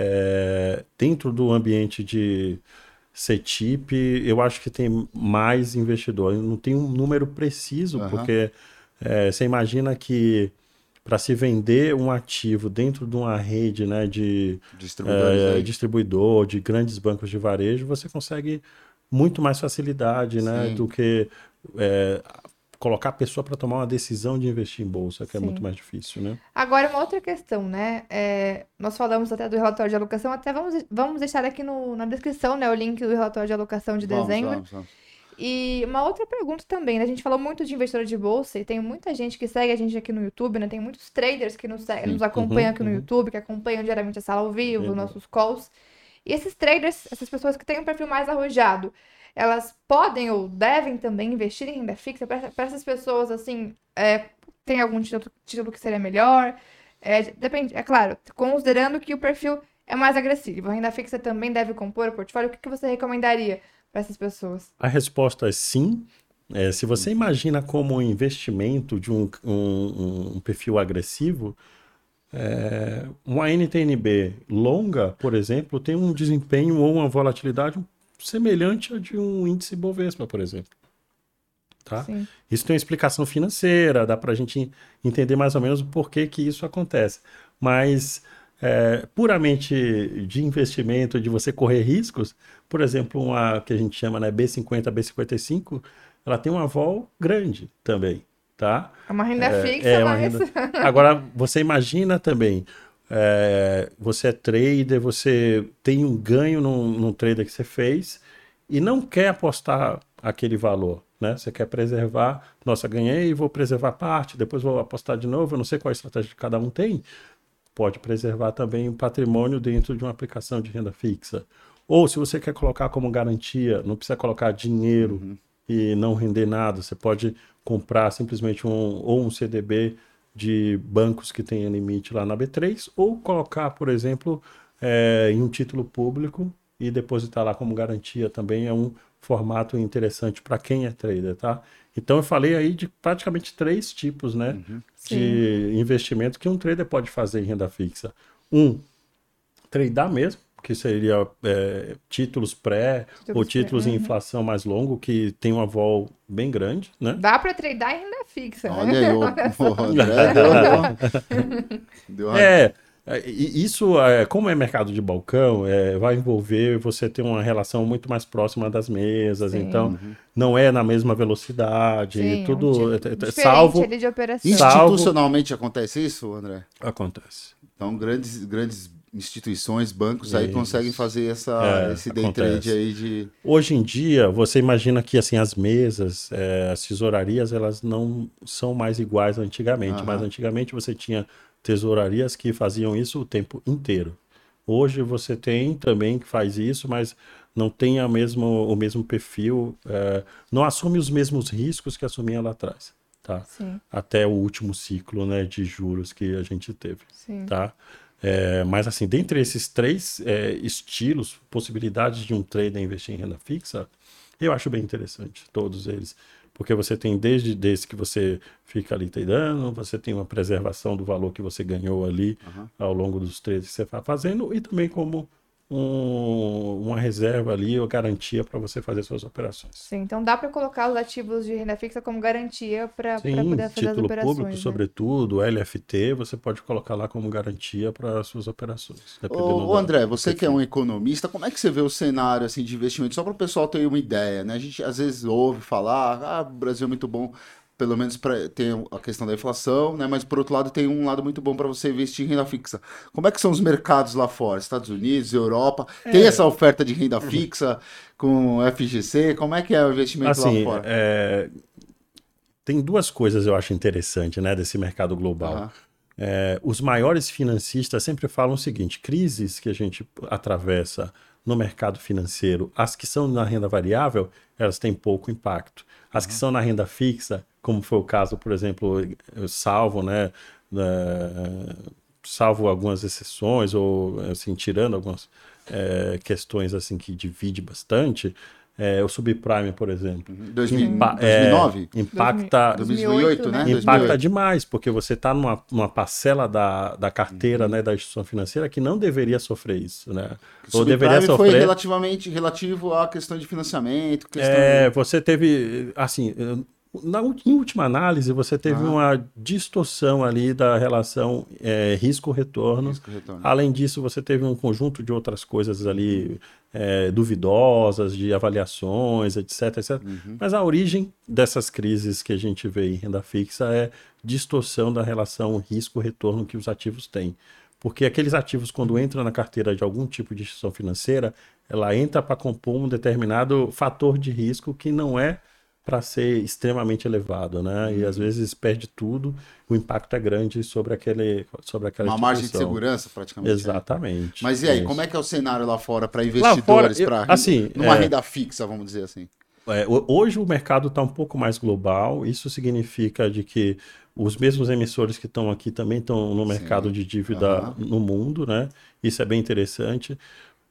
Dentro do ambiente de CETIP, eu acho que tem mais investidores. Não tem um número preciso, porque você imagina que para se vender um ativo dentro de uma rede, né, de distribuidor, de grandes bancos de varejo, você consegue muito mais facilidade, né, do que colocar a pessoa para tomar uma decisão de investir em bolsa, que é muito mais difícil, né? Agora, uma outra questão, né? Nós falamos até do relatório de alocação, até vamos deixar aqui na descrição, né, o link do relatório de alocação de dezembro. Vamos. E uma outra pergunta também, né? A gente falou muito de investidor de bolsa e tem muita gente que segue a gente aqui no YouTube, né? Tem muitos traders que nos acompanham aqui no YouTube, que acompanham diariamente a sala ao vivo, nossos calls. E esses traders, essas pessoas que têm um perfil mais arrojado, elas podem ou devem também investir em renda fixa? Para essas pessoas, assim, tem algum título que seria melhor? Depende, é claro, considerando que o perfil é mais agressivo. A renda fixa também deve compor o portfólio. O que você recomendaria para essas pessoas? A resposta é sim. Se você imagina como um investimento de um perfil agressivo, uma NTNB longa, por exemplo, tem um desempenho ou uma volatilidade semelhante a de um índice Bovespa, por exemplo. Tá? Isso tem uma explicação financeira, dá para a gente entender mais ou menos o porquê que isso acontece. Mas puramente de investimento, de você correr riscos, por exemplo, uma que a gente chama, né, B50, B55, ela tem uma vol grande também. Tá? É uma renda fixa, mas... Agora, você imagina também, você é trader, você tem um ganho num trader que você fez e não quer apostar aquele valor, né? Você quer preservar, nossa, ganhei, vou preservar parte, depois vou apostar de novo, eu não sei qual a estratégia que cada um tem. Pode preservar também o patrimônio dentro de uma aplicação de renda fixa. Ou se você quer colocar como garantia, não precisa colocar dinheiro e não render nada, você pode comprar simplesmente um CDB de bancos que tenha limite lá na B3, ou colocar, por exemplo, em um título público e depositar lá como garantia também é um formato interessante para quem é trader, tá? Então eu falei aí de praticamente 3 tipos, né, de investimento que um trader pode fazer em renda fixa. Tradear mesmo, que seria títulos ou títulos em inflação mais longo, que tem uma vol bem grande, né? Dá para tradear em renda fixa, Olha né? André, isso, como é mercado de balcão, vai envolver você ter uma relação muito mais próxima das mesas, então não é na mesma velocidade, tudo salvo... De operação. Institucionalmente acontece isso, André? Acontece. Então grandes instituições, bancos aí conseguem fazer esse day acontece. trade aí de... Hoje em dia, você imagina que assim, as mesas, as tesourarias, elas não são mais iguais antigamente, mas antigamente você tinha tesourarias que faziam isso o tempo inteiro. Hoje você tem também que faz isso, mas não tem o mesmo perfil, não assume os mesmos riscos que assumia lá atrás, tá? Até o último ciclo, né, de juros que a gente teve, tá? Mas assim, dentre esses 3 estilos, possibilidades de um trader investir em renda fixa, eu acho bem interessante, todos eles. Porque você tem desde que você fica ali tradando, você tem uma preservação do valor que você ganhou ali ao longo dos trades que você está fazendo, e também como uma reserva ali, ou garantia para você fazer suas operações. Sim, então dá para colocar os ativos de renda fixa como garantia para poder fazer as operações. Título público, né? Sobretudo, LFT, você pode colocar lá como garantia para as suas operações. Ô André, você que é um economista, como é que você vê o cenário assim, de investimento? Só para o pessoal ter uma ideia, né? A gente às vezes ouve falar, o Brasil é muito bom, pelo menos tem a questão da inflação, né? Mas por outro lado tem um lado muito bom para você investir em renda fixa. Como é que são os mercados lá fora? Estados Unidos, Europa, tem essa oferta de renda fixa com FGC? Como é que é o investimento lá fora? Tem 2 coisas eu acho interessante, né, desse mercado global. Os maiores financistas sempre falam o seguinte: crises que a gente atravessa no mercado financeiro, as que são na renda variável, elas têm pouco impacto. As que são na renda fixa, como foi o caso, por exemplo, salvo algumas exceções, ou assim, tirando algumas questões assim, que divide bastante, o subprime, por exemplo. 2009? Impacta... 2008, né? Impacta demais, porque você está numa parcela da carteira, né, da instituição financeira que não deveria sofrer isso, né? Ou deveria sofrer... foi relativo à questão de financiamento. Você teve, assim... Em última análise, você teve uma distorção ali da relação risco-retorno. Além disso, você teve um conjunto de outras coisas ali duvidosas, de avaliações, etc. Mas a origem dessas crises que a gente vê em renda fixa é distorção da relação risco-retorno que os ativos têm. Porque aqueles ativos, quando entram na carteira de algum tipo de instituição financeira, ela entra para compor um determinado fator de risco que não é para ser extremamente elevado, né? E às vezes perde tudo, o impacto é grande sobre aquela Uma margem de segurança, praticamente. Exatamente. Mas e aí, como é que é o cenário lá fora para investidores, numa renda fixa, vamos dizer assim? Hoje o mercado está um pouco mais global, isso significa de que os mesmos emissores que estão aqui também estão no mercado de dívida no mundo, né? Isso é bem interessante.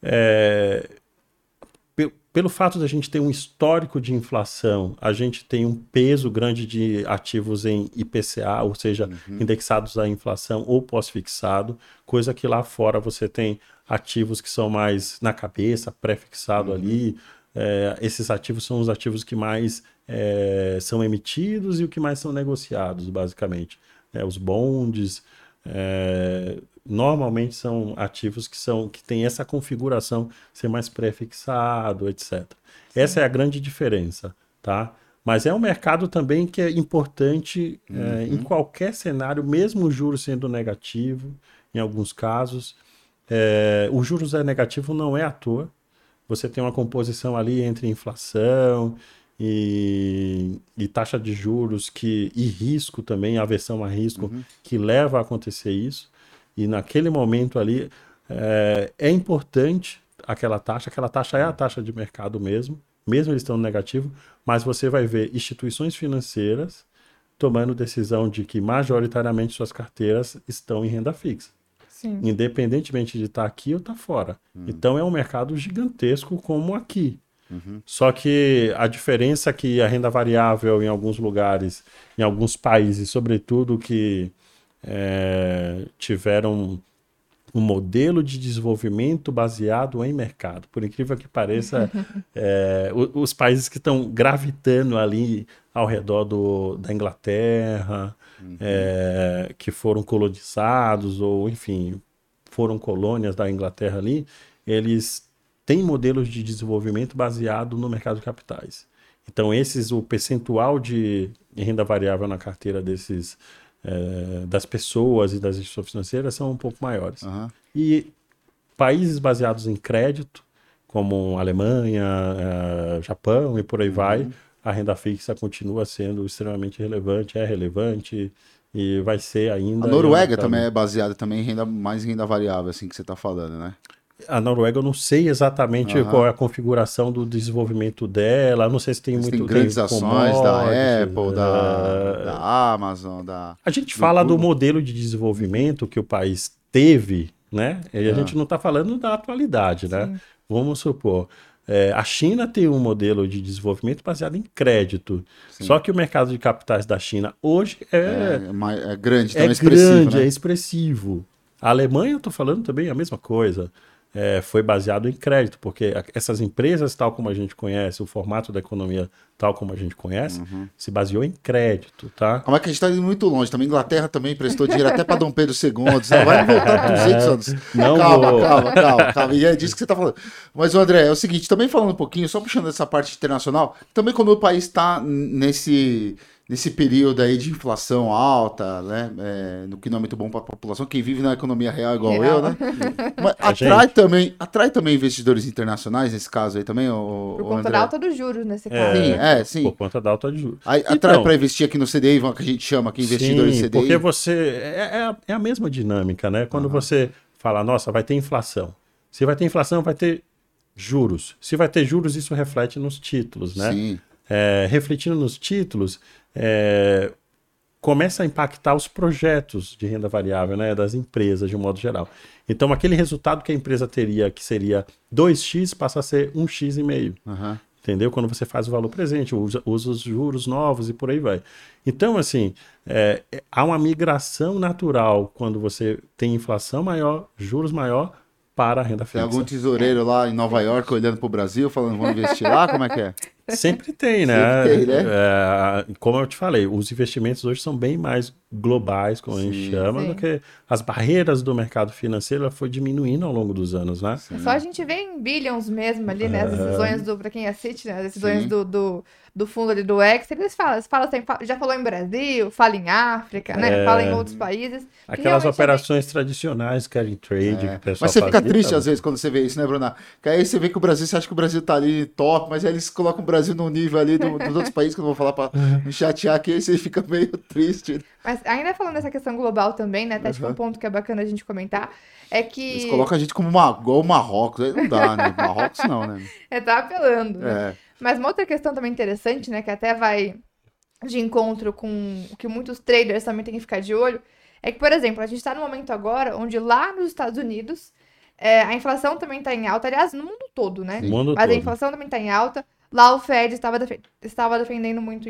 Pelo fato de a gente ter um histórico de inflação, a gente tem um peso grande de ativos em IPCA, ou seja, indexados à inflação ou pós-fixado, coisa que lá fora você tem ativos que são mais na cabeça, pré-fixado ali. Esses ativos são os ativos que mais são emitidos e o que mais são negociados, basicamente. Os bonds, normalmente são ativos que têm essa configuração, ser mais pré-fixado, etc. Essa é a grande diferença, tá? Mas é um mercado também que é importante em qualquer cenário, mesmo o juros sendo negativo, em alguns casos. O juros negativo não é à toa. Você tem uma composição ali entre inflação e taxa de juros e risco também, aversão a risco, que leva a acontecer isso. E naquele momento ali é importante aquela taxa é a taxa de mercado mesmo eles estando negativo, mas você vai ver instituições financeiras tomando decisão de que majoritariamente suas carteiras estão em renda fixa. Sim. Independentemente de estar aqui ou estar fora. Então é um mercado gigantesco como aqui. Só que a diferença é que a renda variável em alguns lugares, em alguns países, sobretudo que tiveram um modelo de desenvolvimento baseado em mercado. Por incrível que pareça, os países que estão gravitando ali ao redor da Inglaterra, que foram colonizados ou, enfim, foram colônias da Inglaterra ali, eles têm modelos de desenvolvimento baseado no mercado de capitais. Então, o percentual de renda variável na carteira das pessoas e das instituições financeiras são um pouco maiores. E países baseados em crédito, como Alemanha, Japão e por aí vai, a renda fixa continua sendo extremamente relevante, é relevante e vai ser ainda... A Noruega também é baseada também em mais renda variável, assim que você está falando, né? A Noruega eu não sei exatamente qual é a configuração do desenvolvimento dela, não sei se tem muito... Tem grandes ações da Apple, da Amazon, A gente fala do modelo de desenvolvimento que o país teve, né? E a gente não está falando da atualidade, né? Sim. Vamos supor, a China tem um modelo de desenvolvimento baseado em crédito. Sim. Só que o mercado de capitais da China hoje é grande, então expressivo, né? É expressivo. A Alemanha, eu estou falando também a mesma coisa. Foi baseado em crédito, porque essas empresas, tal como a gente conhece, o formato da economia tal como a gente conhece, se baseou em crédito, tá? Como é que a gente está indo muito longe? Também a Inglaterra também prestou dinheiro até para Dom Pedro II, você vai voltar 200 anos. Não, calma. E é disso que você está falando. Mas, André, é o seguinte, também falando um pouquinho, só puxando essa parte internacional, também quando o país está nesse período aí de inflação alta, né? No que não é muito bom para a população, quem vive na economia real igual eu, né? Mas atrai também investidores internacionais nesse caso aí também, Por conta da alta dos juros nesse caso. Sim. Por conta da alta de juros. Atrai para investir aqui no CDI, que a gente chama aqui investidores sim, CDI. Porque é a mesma dinâmica, né? Quando você fala, nossa, vai ter inflação. Se vai ter inflação, vai ter juros. Se vai ter juros, isso reflete nos títulos, né? Sim. Refletindo nos títulos, começa a impactar os projetos de renda variável, né, das empresas de um modo geral. Então, aquele resultado que a empresa teria, que seria 2x, passa a ser 1,5x. Entendeu? Quando você faz o valor presente, usa os juros novos e por aí vai. Então, assim, há uma migração natural quando você tem inflação maior, juros maior, para a renda fixa. Tem algum tesoureiro lá em Nova York olhando para o Brasil, falando, vamos investir lá? Como é que é? Sempre tem, né? Sempre tem, né? Como eu te falei, os investimentos hoje são bem mais globais, como a gente chama, do que as barreiras do mercado financeiro ela foi diminuindo ao longo dos anos, né? É só a gente ver em Billions mesmo ali, né? As decisões pra quem assiste, né? As decisões do fundo ali do X, eles falam assim, já falou em Brasil, fala em África, né? Fala em outros países. Aquelas operações tradicionais, carry trade, que o pessoal Mas você fica fazia, triste às vezes quando você vê isso, né, Bruna? Que aí você vê que o Brasil, você acha que o Brasil tá ali top, mas aí eles colocam o Brasil no nível ali dos outros países, que eu não vou falar pra não chatear aqui, aí você fica meio triste. Mas ainda falando dessa questão global também, né? Até acho que um ponto que é bacana a gente comentar é que... Eles colocam a gente como igual o Marrocos, aí não dá, né? Marrocos não, né? Tá apelando, né? Mas uma outra questão também interessante, né? Que até vai de encontro com o que muitos traders também têm que ficar de olho, é que, por exemplo, a gente tá no momento agora onde lá nos Estados Unidos a inflação também tá em alta, aliás, no mundo todo, né? Mas a inflação também tá em alta. Lá o Fed estava defendendo muito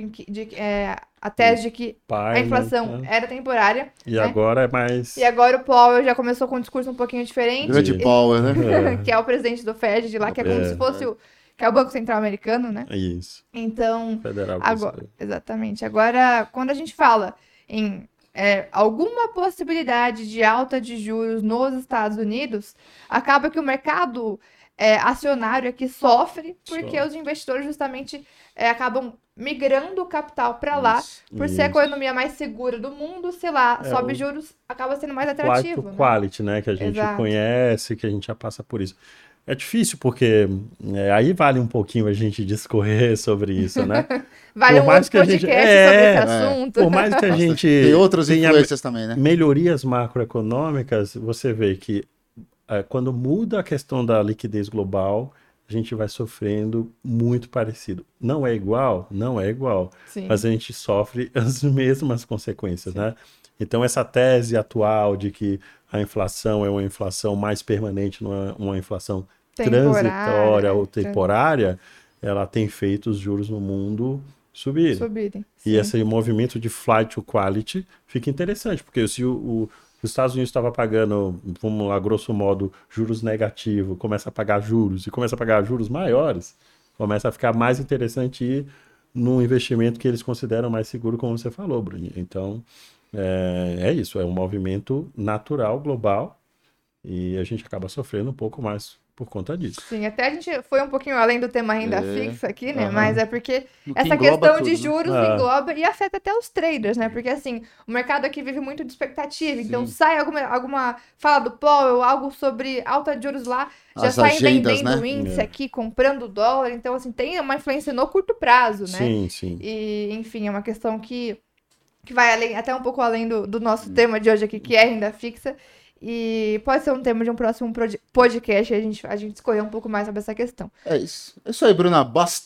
a tese de que a inflação era temporária. E né? Agora é mais... E agora o Powell já começou com um discurso um pouquinho diferente. Grande Powell, né? Que é o presidente do Fed de lá, que é como se fosse que é o Banco Central Americano, né? Isso. Então, Federal agora, exatamente. Agora, quando a gente fala em alguma possibilidade de alta de juros nos Estados Unidos, acaba que o mercado acionário aqui sofre, porque os investidores justamente acabam migrando o capital para lá, por ser a economia mais segura do mundo, sei lá, sobe juros, acaba sendo mais atrativo. Flight to quality, né? Que a gente conhece, que a gente já passa por isso. É difícil porque aí vale um pouquinho a gente discorrer sobre isso, né? Vale um outro podcast sobre esse assunto. Por mais que a gente tem outras influências também, né? Melhorias macroeconômicas, você vê que quando muda a questão da liquidez global, a gente vai sofrendo muito parecido. Não é igual, mas a gente sofre as mesmas consequências, né? Então essa tese atual de que a inflação é uma inflação mais permanente, não é uma inflação transitória ou temporária, ela tem feito os juros no mundo subirem. E esse movimento de flight to quality fica interessante, porque se os Estados Unidos estava pagando, vamos lá, grosso modo, juros negativos, começa a pagar juros maiores, começa a ficar mais interessante ir num investimento que eles consideram mais seguro, como você falou, Bruninho. Então, é isso, é um movimento natural, global, e a gente acaba sofrendo um pouco mais por conta disso. Sim, até a gente foi um pouquinho além do tema renda fixa aqui, né? Mas é porque essa questão de juros engloba e afeta até os traders, né? Porque, assim, o mercado aqui vive muito de expectativa. Então, sai alguma fala do Powell, algo sobre alta de juros lá, já sai vendendo o índice aqui, comprando dólar. Então, assim, tem uma influência no curto prazo, né? Sim. E, enfim, é uma questão que vai até um pouco além do nosso tema de hoje aqui, que é renda fixa. E pode ser um tema de um próximo podcast, a gente escolher um pouco mais sobre essa questão. É isso aí, Bruna.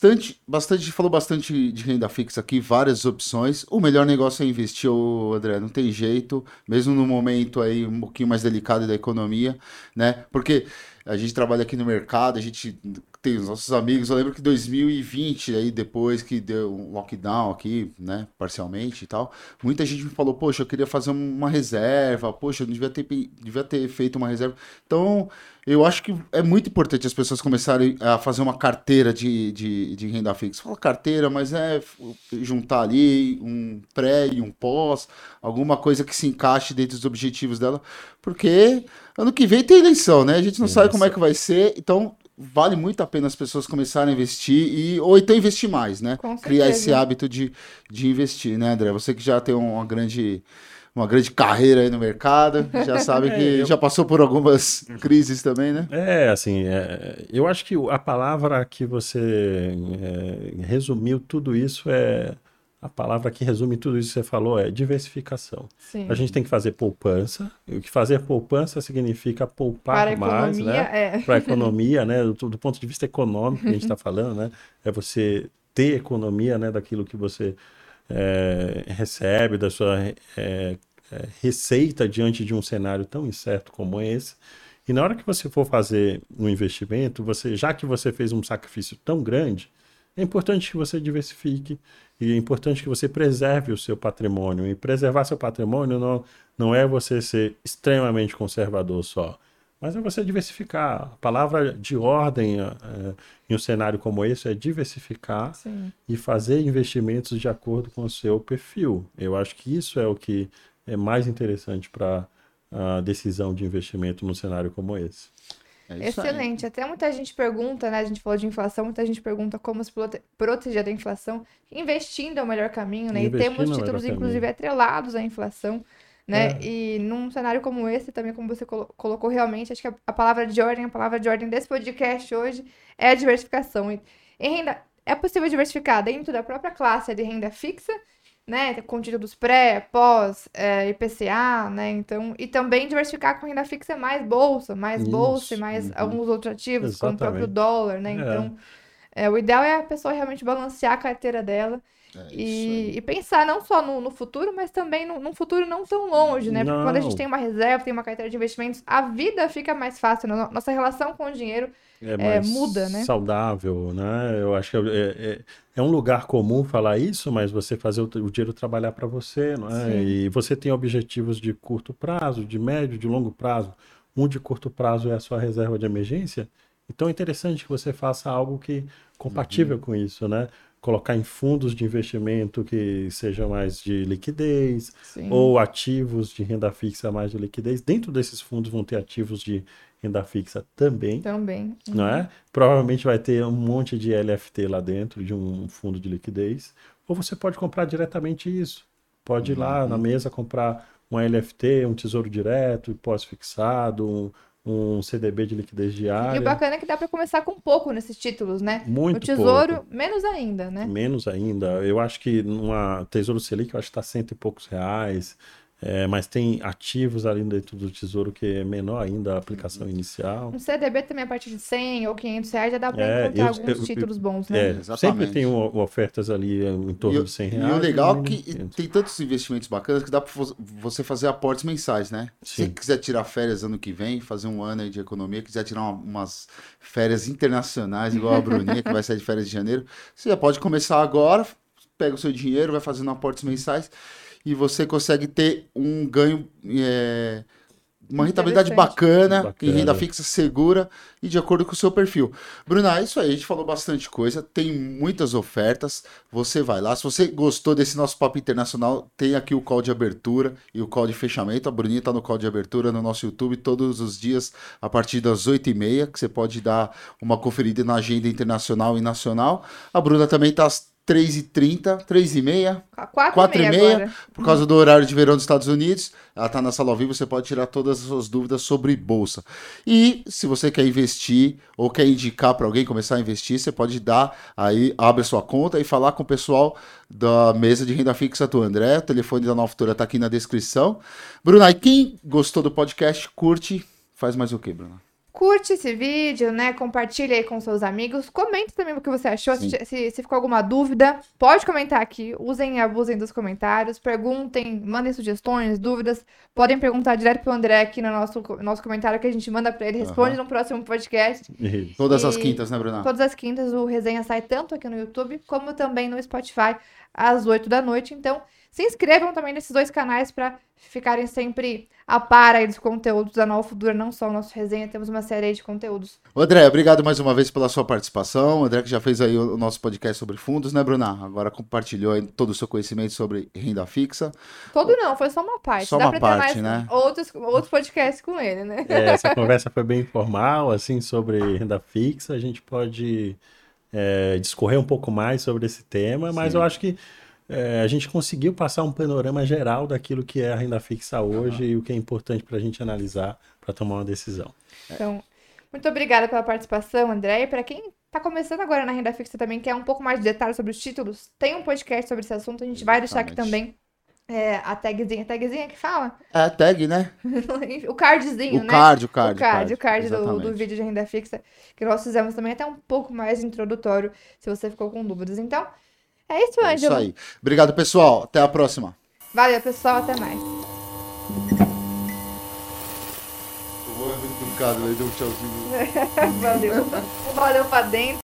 A gente falou bastante de renda fixa aqui, várias opções. O melhor negócio é investir, André, não tem jeito, mesmo no momento aí um pouquinho mais delicado da economia, né? Porque a gente trabalha aqui no mercado, a gente tem os nossos amigos. Eu lembro que 2020, aí depois que deu um lockdown aqui, né, parcialmente e tal, muita gente me falou, poxa, eu queria fazer uma reserva, poxa, eu não devia ter feito uma reserva. Então, eu acho que é muito importante as pessoas começarem a fazer uma carteira de renda fixa. Fala carteira, mas juntar ali um pré e um pós, alguma coisa que se encaixe dentro dos objetivos dela, porque ano que vem tem eleição, né? A gente não sabe como é que vai ser, então vale muito a pena as pessoas começarem a investir ou então investir mais, né? Criar esse hábito de investir, né, André? Você que já tem uma grande carreira aí no mercado, já sabe que já passou por algumas crises também, né? Eu acho que a palavra que você resumiu tudo isso a palavra que resume tudo isso que você falou é diversificação. Sim. A gente tem que fazer poupança. O que fazer poupança significa poupar mais, né? Para a economia, né? Do ponto de vista econômico que a gente está falando, né? É você ter economia, né? Daquilo que você recebe, da sua receita diante de um cenário tão incerto como esse. E na hora que você for fazer um investimento, já que você fez um sacrifício tão grande, é importante que você diversifique e é importante que você preserve o seu patrimônio. E preservar seu patrimônio não é você ser extremamente conservador só. Mas é você diversificar. A palavra de ordem em um cenário como esse é diversificar e fazer investimentos de acordo com o seu perfil. Eu acho que isso é o que é mais interessante para a decisão de investimento num cenário como esse. Excelente. Até muita gente pergunta, né? A gente falou de inflação, muita gente pergunta como se proteger da inflação. Investindo é o melhor caminho, né? E temos títulos, inclusive, atrelados à inflação, né? E num cenário como esse, também como você colocou realmente, acho que a palavra de ordem desse podcast hoje é a diversificação. E em renda, é possível diversificar dentro da própria classe de renda fixa, né, com títulos pré, pós, IPCA, né, então, e também diversificar com renda fixa mais bolsa e mais alguns outros ativos, como o próprio dólar, né, então, o ideal é a pessoa realmente balancear a carteira dela e pensar não só no futuro, mas também num futuro não tão longe, né, porque quando a gente tem uma reserva, tem uma carteira de investimentos, a vida fica mais fácil, né? Nossa relação com o dinheiro muda, né? Saudável, né? Eu acho que é um lugar comum falar isso, mas você fazer o dinheiro trabalhar para você, não é? Sim. E você tem objetivos de curto prazo, de médio, de longo prazo. Um de curto prazo é a sua reserva de emergência. Então é interessante que você faça algo que compatível com isso, né? Colocar em fundos de investimento que sejam mais de liquidez, ou ativos de renda fixa mais de liquidez. Dentro desses fundos vão ter ativos de renda fixa também. Não é? Provavelmente vai ter um monte de LFT lá dentro, de um fundo de liquidez. Ou você pode comprar diretamente isso. Pode ir lá na mesa comprar um LFT, um tesouro direto, pós-fixado, um CDB de liquidez diária. E o bacana é que dá para começar com pouco nesses títulos, né? Muito o tesouro, pouco. Menos ainda, né? Menos ainda. Eu acho que numa Tesouro Selic, eu acho que está R$100 e poucos. Mas tem ativos ali dentro do tesouro que é menor ainda a aplicação inicial. Um CDB também a partir de R$100 ou R$500 já dá para encontrar alguns títulos bons, né? Sempre tem ofertas ali em torno de R$100. E o legal é que tem tantos investimentos bacanas que dá para você fazer aportes mensais, né? Sim. Se você quiser tirar férias ano que vem, fazer um ano aí de economia, quiser tirar umas férias internacionais, igual a Bruninha, que vai sair de férias de janeiro, você já pode começar agora, pega o seu dinheiro, vai fazendo aportes mensais, e você consegue ter um ganho, uma rentabilidade bacana, em renda fixa segura e de acordo com o seu perfil. Bruna, é isso aí, a gente falou bastante coisa, tem muitas ofertas, você vai lá. Se você gostou desse nosso papo internacional, tem aqui o call de abertura e o call de fechamento. A Bruninha está no call de abertura no nosso YouTube todos os dias a partir das 8h30, que você pode dar uma conferida na agenda internacional e nacional. A Bruna também está às 3h30, 3h30, 4h30, por causa do horário de verão dos Estados Unidos. Ela está na sala ao vivo, você pode tirar todas as suas dúvidas sobre bolsa. E se você quer investir ou quer indicar para alguém começar a investir, você pode abre a sua conta e falar com o pessoal da mesa de renda fixa do André. O telefone da Nova Futura está aqui na descrição. Bruna, e quem gostou do podcast, curte, faz mais o quê, Bruna? Curte esse vídeo, né? Compartilha aí com seus amigos. Comente também o que você achou. Se ficou alguma dúvida, pode comentar aqui. Usem e abusem dos comentários. Perguntem, mandem sugestões, dúvidas. Podem perguntar direto pro André aqui no nosso comentário que a gente manda pra ele. Responde no próximo podcast. Todas as quintas, né, Bruna? Todas as quintas o resenha sai tanto aqui no YouTube como também no Spotify às 8 da noite. Então, se inscrevam também nesses dois canais para ficarem sempre a par aí dos conteúdos da Nova Futura, não só o nosso resenha, temos uma série aí de conteúdos. André, obrigado mais uma vez pela sua participação. O André que já fez aí o nosso podcast sobre fundos, né, Bruna? Agora compartilhou aí todo o seu conhecimento sobre renda fixa. Todo não, foi só uma parte. Só dá uma pra parte, ter mais né? outros podcasts com ele, né? Essa conversa foi bem informal, assim, sobre renda fixa. A gente pode discorrer um pouco mais sobre esse tema, mas eu acho que a gente conseguiu passar um panorama geral daquilo que é a renda fixa hoje e o que é importante para a gente analisar para tomar uma decisão. Então, muito obrigada pela participação, André. E para quem está começando agora na renda fixa também, quer um pouco mais de detalhes sobre os títulos, tem um podcast sobre esse assunto, a gente vai deixar aqui também a tagzinha que fala? É, tag, né? O cardzinho, né? O card do vídeo de renda fixa que nós fizemos também, até um pouco mais introdutório, se você ficou com dúvidas. Então, é isso, Ângelo. É isso aí. Obrigado, pessoal. Até a próxima. Valeu, pessoal. Até mais. Obrigado, deu um tchauzinho. Valeu. Valeu pra dentro.